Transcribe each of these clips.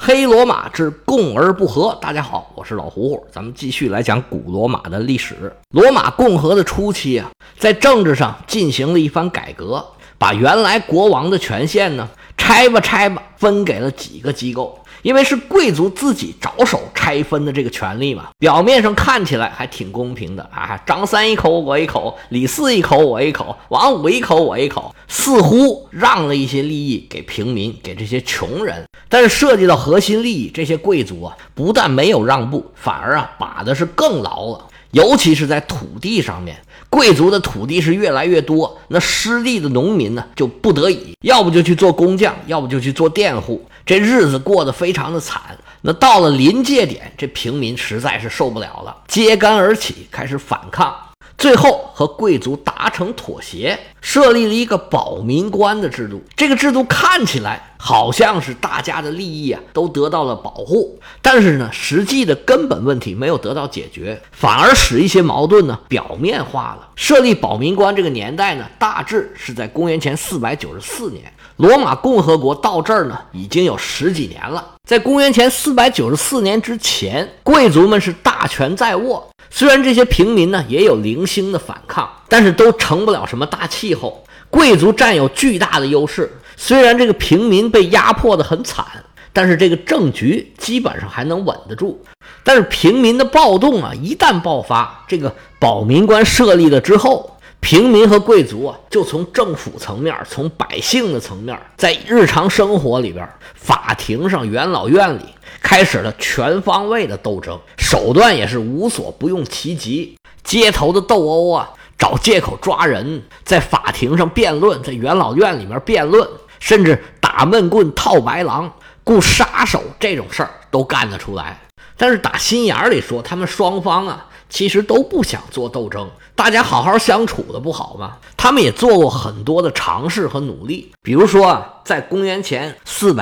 黑罗马之共而不和。大家好，我是老胡胡，咱们继续来讲古罗马的历史。罗马共和的初期啊，在政治上进行了一番改革，把原来国王的权限呢拆吧分给了几个机构。因为是贵族自己着手拆分的这个权利嘛，表面上看起来还挺公平的啊，张三一口我一口，李四一口我一口，王五一口我一口，似乎让了一些利益给平民，给这些穷人。但是涉及到核心利益，这些贵族啊不但没有让步，反而啊把的是更牢了。尤其是在土地上面，贵族的土地是越来越多，那失地的农民呢就不得已，要不就去做工匠，要不就去做佃户，这日子过得非常的惨。那到了临界点，这平民实在是受不了了，揭竿而起，开始反抗。最后和贵族达成妥协，设立了一个保民官的制度。这个制度看起来好像是大家的利益啊都得到了保护，但是呢实际的根本问题没有得到解决，反而使一些矛盾呢表面化了。设立保民官这个年代呢，大致是在公元前494年。罗马共和国到这儿呢已经有10几年了。在公元前494年之前，贵族们是大权在握，虽然这些平民呢也有零星的反抗，但是都成不了什么大气候。贵族占有巨大的优势，虽然这个平民被压迫得很惨，但是这个政局基本上还能稳得住。但是平民的暴动啊一旦爆发，这个保民官设立了之后，平民和贵族啊就从政府层面，从百姓的层面，在日常生活里边，法庭上、元老院里开始了全方位的斗争，手段也是无所不用其极。街头的斗殴啊，找借口抓人，在法庭上辩论，在元老院里面辩论，甚至打闷棍、套白狼、雇杀手，这种事儿都干得出来。但是打心眼里说，他们双方啊其实都不想做斗争，大家好好相处的不好吗？他们也做过很多的尝试和努力。比如说啊，在公元前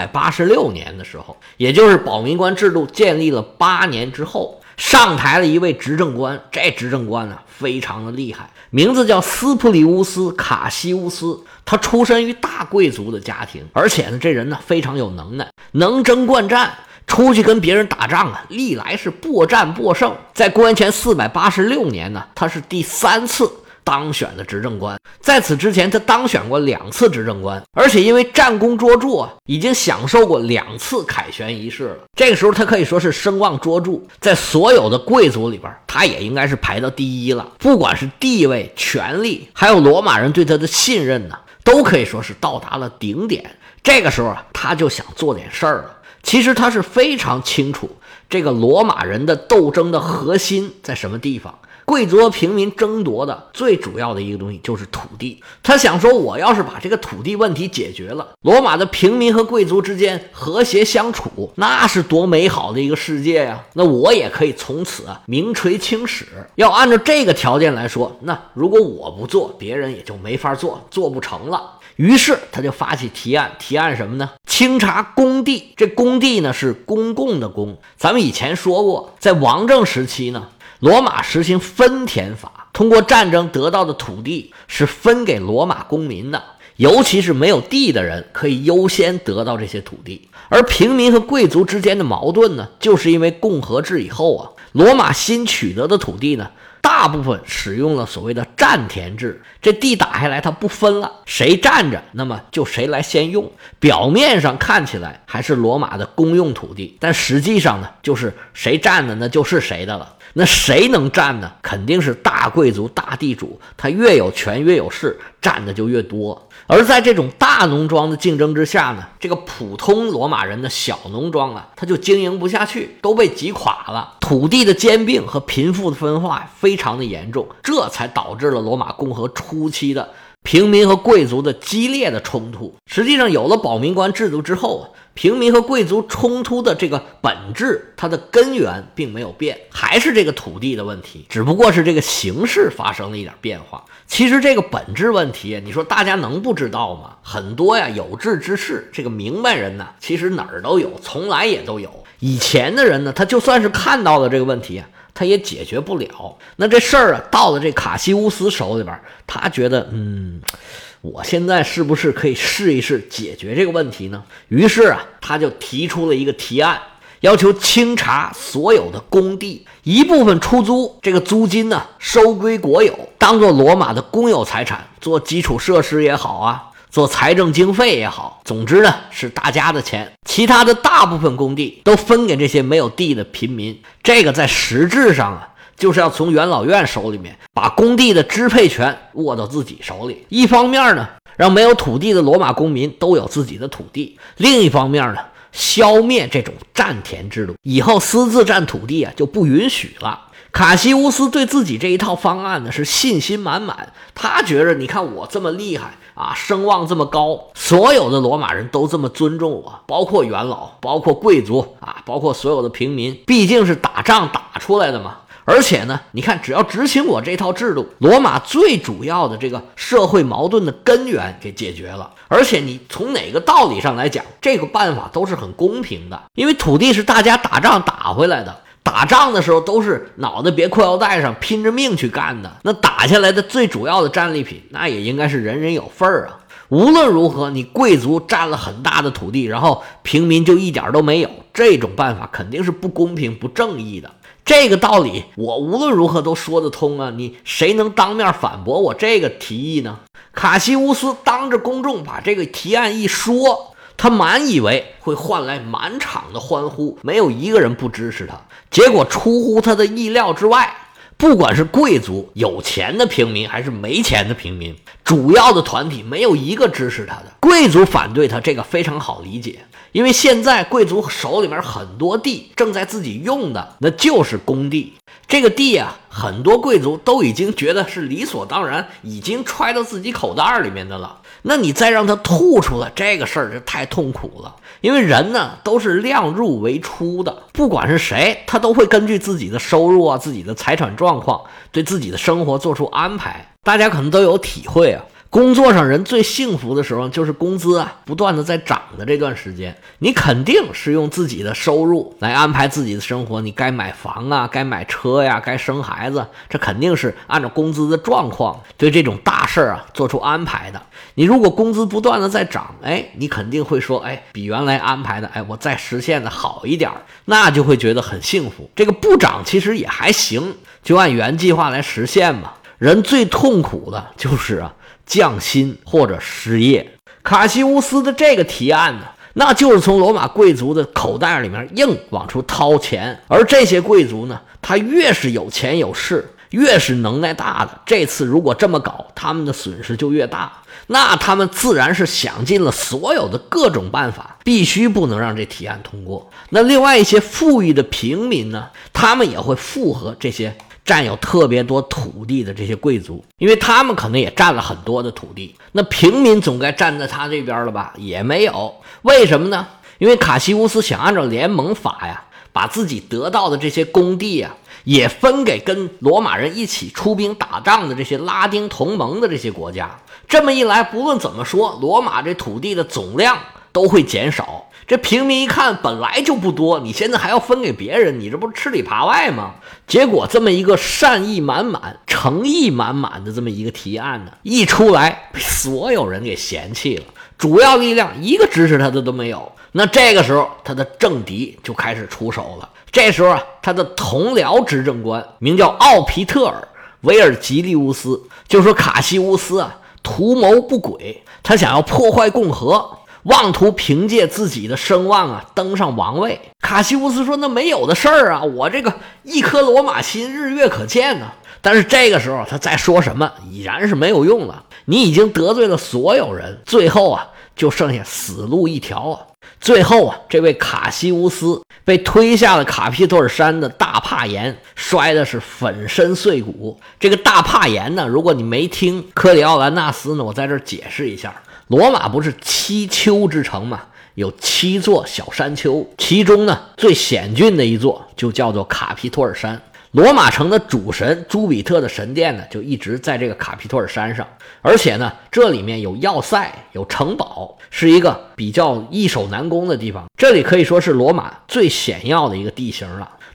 486年的时候，也就是保民官制度建立了8年之后，上台了一位执政官。这执政官呢非常的厉害，名字叫斯普里乌斯·卡西乌斯。他出身于大贵族的家庭，而且呢这人呢非常有能耐，能征惯战，出去跟别人打仗啊，历来是破战破胜。在公元前486年呢，他是第3次当选的执政官。在此之前，他当选过2次执政官，而且因为战功卓著啊，已经享受过2次凯旋仪式了。这个时候，他可以说是声望卓著，在所有的贵族里边，他也应该是排到第1了。不管是地位、权力，还有罗马人对他的信任呢，都可以说是到达了顶点。这个时候啊，他就想做点事儿了。其实他是非常清楚这个罗马人的斗争的核心在什么地方。贵族和平民争夺的最主要的一个东西就是土地。他想说，我要是把这个土地问题解决了，罗马的平民和贵族之间和谐相处，那是多美好的一个世界呀！那我也可以从此名垂青史。要按照这个条件来说，那如果我不做，别人也就没法做，做不成了。于是他就发起提案什么呢？清查公地。这公地呢是公共的公。咱们以前说过，在王政时期呢，罗马实行分田法，通过战争得到的土地是分给罗马公民的，尤其是没有地的人可以优先得到这些土地。而平民和贵族之间的矛盾呢，就是因为共和制以后啊，罗马新取得的土地呢，大部分使用了所谓的占田制。这地打下来它不分了，谁占着那么就谁来先用。表面上看起来还是罗马的公用土地，但实际上呢，就是谁占的那就是谁的了。那谁能占呢？肯定是大贵族、大地主，他越有权越有势，占的就越多。而在这种大农庄的竞争之下呢，这个普通罗马人的小农庄啊，他就经营不下去，都被挤垮了。土地的兼并和贫富的分化非常的严重，这才导致了罗马共和初期的平民和贵族的激烈的冲突。实际上有了保民官制度之后啊，平民和贵族冲突的这个本质，它的根源并没有变，还是这个土地的问题，只不过是这个形式发生了一点变化。其实这个本质问题，你说大家能不知道吗？很多呀有志之士，这个明白人呢，其实哪儿都有，从来也都有。以前的人呢，他就算是看到了这个问题啊， 他也解决不了。那这事儿啊，到了这卡西乌斯手里边，他觉得我现在是不是可以试一试解决这个问题呢？于是啊，他就提出了一个提案，要求清查所有的工地，一部分出租，这个租金呢收归国有，当做罗马的公有财产，做基础设施也好啊，做财政经费也好，总之呢是大家的钱。其他的大部分工地都分给这些没有地的平民，这个在实质上啊，就是要从元老院手里面把工地的支配权握到自己手里。一方面呢，让没有土地的罗马公民都有自己的土地；另一方面呢，消灭这种占田制度，以后私自占土地啊就不允许了。卡西乌斯对自己这一套方案呢是信心满满，他觉着你看我这么厉害啊，声望这么高，所有的罗马人都这么尊重我，包括元老，包括贵族啊，包括所有的平民，毕竟是打仗打出来的嘛。而且呢，你看只要执行我这套制度，罗马最主要的这个社会矛盾的根源给解决了。而且你从哪个道理上来讲，这个办法都是很公平的，因为土地是大家打仗打回来的，打仗的时候都是脑袋别裤腰带上，拼着命去干的，那打下来的最主要的战利品，那也应该是人人有份啊。无论如何，你贵族占了很大的土地，然后平民就一点都没有，这种办法肯定是不公平不正义的。这个道理我无论如何都说得通啊，你谁能当面反驳我这个提议呢？卡西乌斯当着公众把这个提案一说，他满以为会换来满场的欢呼，没有一个人不支持他。结果出乎他的意料之外，不管是贵族、有钱的平民还是没钱的平民，主要的团体没有一个支持他的。贵族反对他，这个非常好理解，因为现在贵族手里面很多地正在自己用的，那就是公地。这个地啊，很多贵族都已经觉得是理所当然，已经揣到自己口袋里面的了。那你再让他吐出来，这个事儿就太痛苦了。因为人呢都是量入为出的，不管是谁，他都会根据自己的收入啊、自己的财产状况，对自己的生活做出安排。大家可能都有体会啊，工作上人最幸福的时候就是工资啊不断的在涨的这段时间，你肯定是用自己的收入来安排自己的生活，你该买房啊，该买车呀，该生孩子，这肯定是按照工资的状况对这种大事啊做出安排的。你如果工资不断的在涨，你肯定会说，比原来安排的，我再实现的好一点，那就会觉得很幸福。这个不涨其实也还行，就按原计划来实现嘛。人最痛苦的就是降薪或者失业。卡西乌斯的这个提案呢，那就是从罗马贵族的口袋里面硬往出掏钱，而这些贵族呢，他越是有钱有势，越是能耐大的，这次如果这么搞，他们的损失就越大。那他们自然是想尽了所有的各种办法，必须不能让这提案通过。那另外一些富裕的平民呢，他们也会附和这些占有特别多土地的这些贵族，因为他们可能也占了很多的土地。那平民总该站在他这边了吧？也没有。为什么呢？因为卡西乌斯想按照联盟法呀，把自己得到的这些公地啊，也分给跟罗马人一起出兵打仗的这些拉丁同盟的这些国家。这么一来，不论怎么说，罗马这土地的总量都会减少。这平民一看本来就不多，你现在还要分给别人，你这不是吃里扒外吗？结果这么一个善意满满、诚意满满的这么一个提案呢，一出来被所有人给嫌弃了，主要力量一个支持他的都没有。那这个时候他的政敌就开始出手了。这时候他的同僚执政官名叫奥皮特尔维尔吉利乌斯就说卡西乌斯图谋不轨，他想要破坏共和，妄图凭借自己的声望登上王位。卡西乌斯说，那没有的事儿我这个一颗罗马心日月可见呢。但是这个时候他再说什么已然是没有用了，你已经得罪了所有人，最后就剩下死路一条。最后这位卡西乌斯被推下了卡皮托尔山的大帕岩，摔的是粉身碎骨。这个大帕岩呢，如果你没听科里奥兰纳斯呢，我在这儿解释一下。罗马不是7丘之城吗？有7座小山丘，其中呢最险峻的一座就叫做卡皮托尔山。罗马城的主神朱比特的神殿呢，就一直在这个卡皮托尔山上，而且呢，这里面有要塞，有城堡，是一个比较易守难攻的地方。这里可以说是罗马最险要的一个地形了。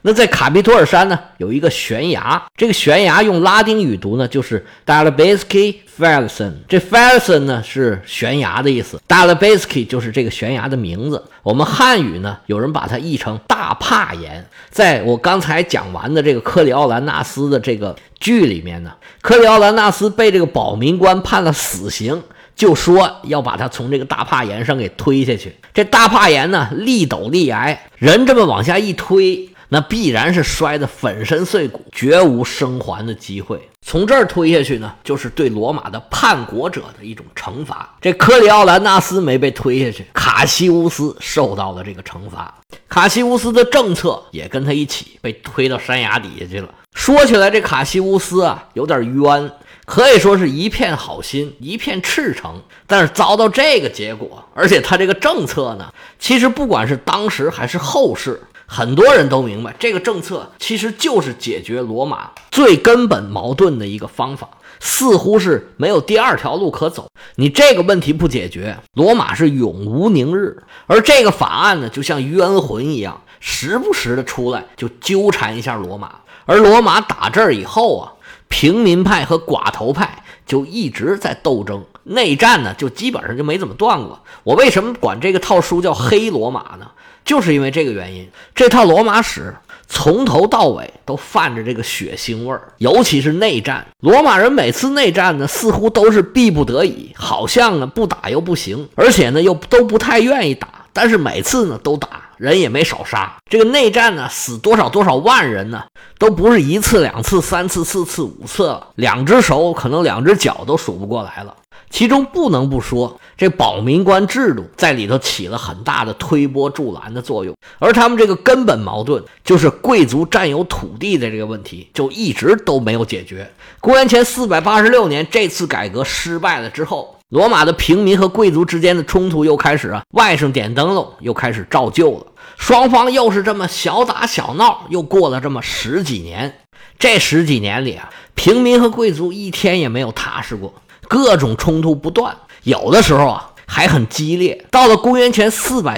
那在卡皮托尔山呢，有一个悬崖，这个悬崖用拉丁语读呢，就是 Dalbesky Felsen。这 Felsen 呢是悬崖的意思 ，Dalbesky 就是这个悬崖的名字。我们汉语呢，有人把它译成大帕岩。在我刚才讲完的这个克里奥兰纳斯的这个剧里面呢，克里奥兰纳斯被这个保民官判了死刑，就说要把他从这个大帕岩上给推下去。这大帕岩呢，立陡立崖，人这么往下一推，那必然是摔得粉身碎骨，绝无生还的机会。从这儿推下去呢，就是对罗马的叛国者的一种惩罚。这克里奥兰纳斯没被推下去，卡西乌斯受到了这个惩罚。卡西乌斯的政策也跟他一起被推到山崖底下去了。说起来，这卡西乌斯啊，有点冤，可以说是一片好心，一片赤诚，但是遭到这个结果。而且他这个政策呢，其实不管是当时还是后世，很多人都明白，这个政策其实就是解决罗马最根本矛盾的一个方法，似乎是没有第二条路可走。你这个问题不解决，罗马是永无宁日。而这个法案呢，就像冤魂一样，时不时的出来就纠缠一下罗马。而罗马打这儿以后啊，平民派和寡头派就一直在斗争，内战呢就基本上就没怎么断过。我为什么管这个套书叫黑罗马呢？就是因为这个原因。这套罗马史从头到尾都泛着这个血腥味儿，尤其是内战。罗马人每次内战呢，似乎都是逼不得已，好像呢不打又不行，而且呢又都不太愿意打，但是每次呢都打，人也没少杀。这个内战呢，死多少万人呢，都不是一次两次三次四次五次了，两只手可能两只脚都数不过来了。其中不能不说，这保民官制度在里头起了很大的推波助澜的作用，而他们这个根本矛盾就是贵族占有土地的这个问题，就一直都没有解决。公元前486年这次改革失败了之后，罗马的平民和贵族之间的冲突又开始外甥点灯笼，又开始照旧了。双方又是这么小打小闹，又过了这么十几年。这十几年里平民和贵族一天也没有踏实过，各种冲突不断，有的时候还很激烈。到了公元前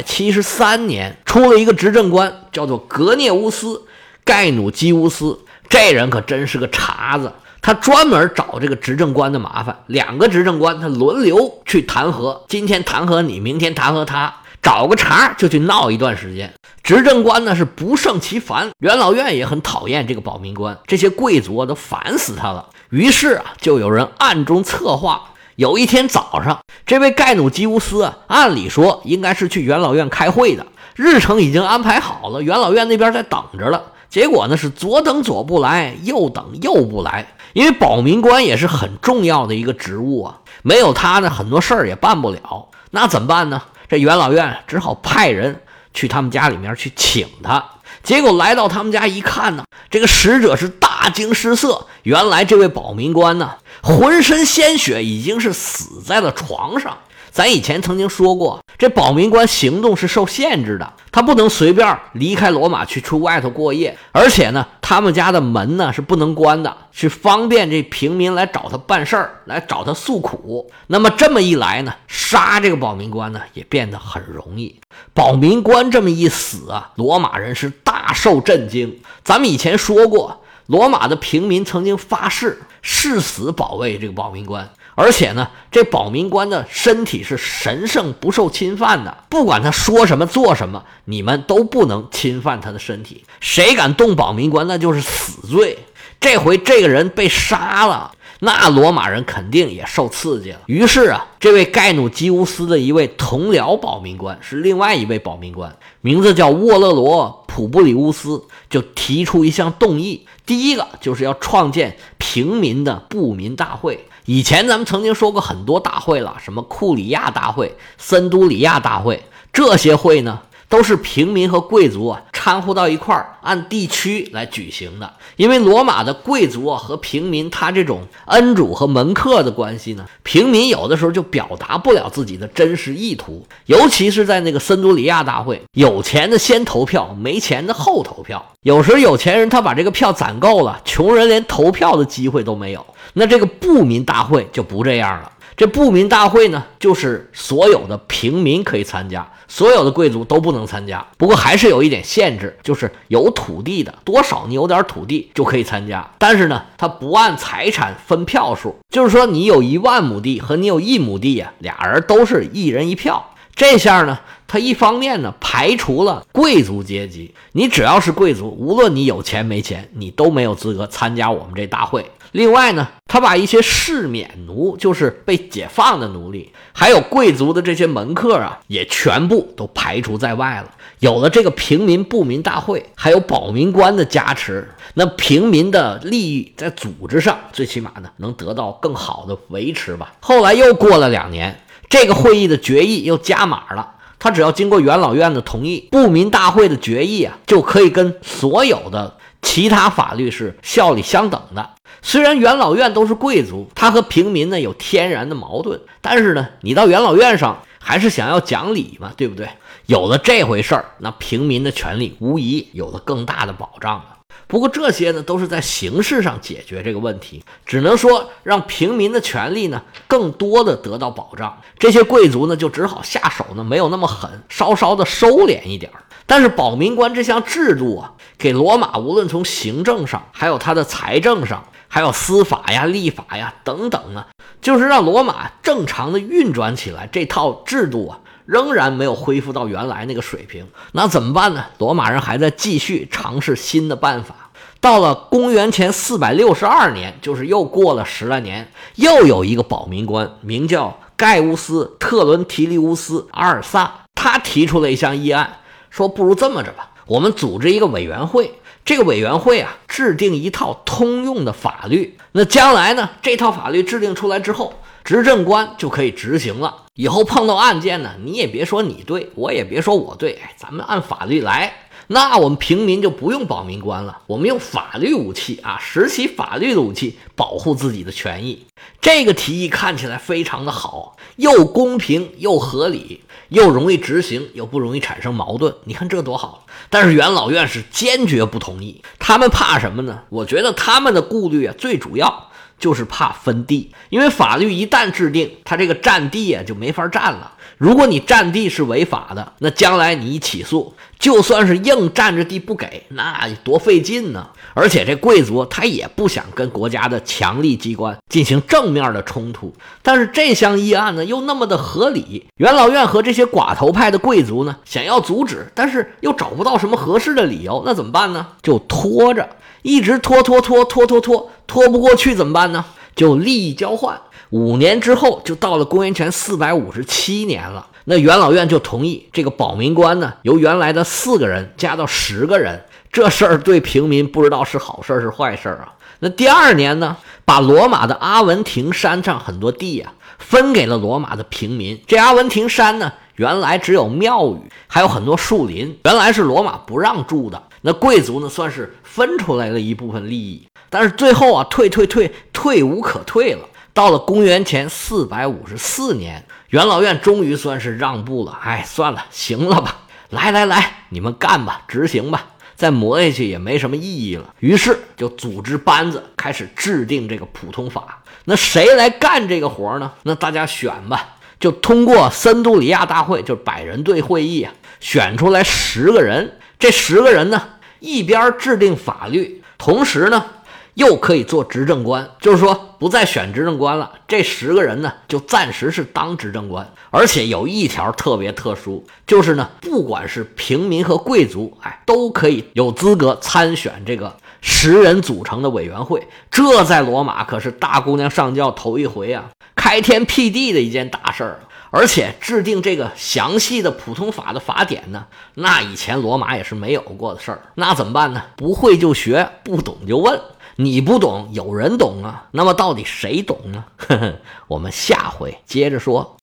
473年，出了一个执政官，叫做格涅乌斯·盖努基乌斯。这人可真是个茬子，他专门找这个执政官的麻烦。两个执政官他轮流去弹劾，今天弹劾你，明天弹劾他，找个茬就去闹一段时间。执政官呢是不胜其烦，元老院也很讨厌这个保民官，这些贵族都烦死他了。于是就有人暗中策划，有一天早上，这位盖努基乌斯按理说应该是去元老院开会的，日程已经安排好了，元老院那边在等着了。结果呢是左等左不来，右等右不来。因为保民官也是很重要的一个职务没有他呢，很多事儿也办不了。那怎么办呢？这元老院只好派人去他们家里面去请他。结果来到他们家一看呢，这个使者是大惊失色，原来这位保民官呢，浑身鲜血，已经是死在了床上。咱以前曾经说过，这保民官行动是受限制的，他不能随便离开罗马去外头过夜，而且呢，他们家的门呢是不能关的，是方便这平民来找他办事儿，来找他诉苦。那么这么一来呢，杀这个保民官呢也变得很容易。保民官这么一死罗马人是大受震惊。咱们以前说过，罗马的平民曾经发誓誓死保卫这个保民官，而且呢，这保民官的身体是神圣不受侵犯的，不管他说什么做什么，你们都不能侵犯他的身体。谁敢动保民官，那就是死罪。这回这个人被杀了，那罗马人肯定也受刺激了。于是这位盖努基乌斯的一位同僚保民官，是另外一位保民官，名字叫沃勒罗·普布里乌斯，就提出一项动议。第一个就是要创建平民的布民大会。以前咱们曾经说过很多大会了，什么库里亚大会、森都里亚大会，这些会呢都是平民和贵族掺和到一块儿，按地区来举行的。因为罗马的贵族和平民他这种恩主和门客的关系呢，平民有的时候就表达不了自己的真实意图，尤其是在那个森都里亚大会，有钱的先投票，没钱的后投票。有时有钱人他把这个票攒够了，穷人连投票的机会都没有。那这个布民大会就不这样了。这布民大会呢，就是所有的平民可以参加， 所有的贵族都不能参加。不过还是有一点限制，就是有土地的，多少你有点土地就可以参加，但是呢它不按财产分票数，就是说你有1万亩地和你有1亩地啊，俩人都是1人1票。这下呢他一方面呢排除了贵族阶级，你只要是贵族，无论你有钱没钱，你都没有资格参加我们这大会。另外呢，他把一些世免奴，就是被解放的奴隶，还有贵族的这些门客啊，也全部都排除在外了。有了这个平民不民大会，还有保民官的加持，那平民的利益在组织上最起码呢能得到更好的维持吧。后来又过了2年，这个会议的决议又加码了，他只要经过元老院的同意，不民大会的决议啊，就可以跟所有的其他法律是效力相等的。虽然元老院都是贵族，他和平民呢有天然的矛盾，但是呢你到元老院上还是想要讲理嘛，对不对？有了这回事儿，那平民的权利无疑有了更大的保障了。不过这些呢都是在形式上解决这个问题，只能说让平民的权利呢更多的得到保障。这些贵族呢就只好下手呢没有那么狠，稍稍的收敛一点。但是保民官这项制度啊，给罗马无论从行政上，还有它的财政上，还有司法呀、立法呀等等啊，就是让罗马正常的运转起来。这套制度啊仍然没有恢复到原来那个水平，那怎么办呢？罗马人还在继续尝试新的办法。到了公元前462年，就是又过了10来年，又有一个保民官，名叫盖乌斯·特伦提利乌斯·阿尔萨，他提出了一项议案，说不如这么着吧，我们组织一个委员会，这个委员会啊制定一套通用的法律，那将来呢这套法律制定出来之后，执政官就可以执行了。以后碰到案件呢，你也别说你对，我也别说我对，咱们按法律来。那我们平民就不用保民官了，我们用法律武器啊，拾起法律的武器，保护自己的权益。这个提议看起来非常的好，又公平又合理，又容易执行，又不容易产生矛盾。你看这多好！但是元老院是坚决不同意，他们怕什么呢？我觉得他们的顾虑啊，最主要就是怕分地，因为法律一旦制定，它这个占地啊就没法占了。如果你占地是违法的，那将来你一起诉，就算是硬占着地不给，那多费劲呢。而且这贵族他也不想跟国家的强力机关进行正面的冲突，但是这项议案呢又那么的合理，元老院和这些寡头派的贵族呢想要阻止，但是又找不到什么合适的理由，那怎么办呢？就拖着，一直拖不过去怎么办呢？就利益交换。5年之后就到了公元前457年了，那元老院就同意这个保民官呢由原来的4个人加到10个人。这事儿对平民不知道是好事是坏事啊。那第2年呢，把罗马的阿文廷山上很多地啊分给了罗马的平民。这阿文廷山呢原来只有庙宇，还有很多树林，原来是罗马不让住的。那贵族呢算是分出来了一部分利益，但是最后啊退无可退了。到了公元前454年，元老院终于算是让步了。算了，行了吧，来，你们干吧，执行吧，再磨下去也没什么意义了。于是就组织班子开始制定这个普通法。那谁来干这个活呢？那大家选吧，就通过森杜里亚大会，就是100人队会议啊，选出来10个人。这10个人呢，一边制定法律，同时呢又可以做执政官，就是说不再选执政官了，这10个人呢就暂时是当执政官。而且有一条特别特殊，就是呢不管是平民和贵族都可以有资格参选这个10人组成的委员会。这在罗马可是大姑娘上轿头一回啊，开天辟地的一件大事儿。而且制定这个详细的普通法的法典呢，那以前罗马也是没有过的事儿。那怎么办呢？不会就学，不懂就问。你不懂，有人懂啊。那么到底谁懂呢？我们下回接着说。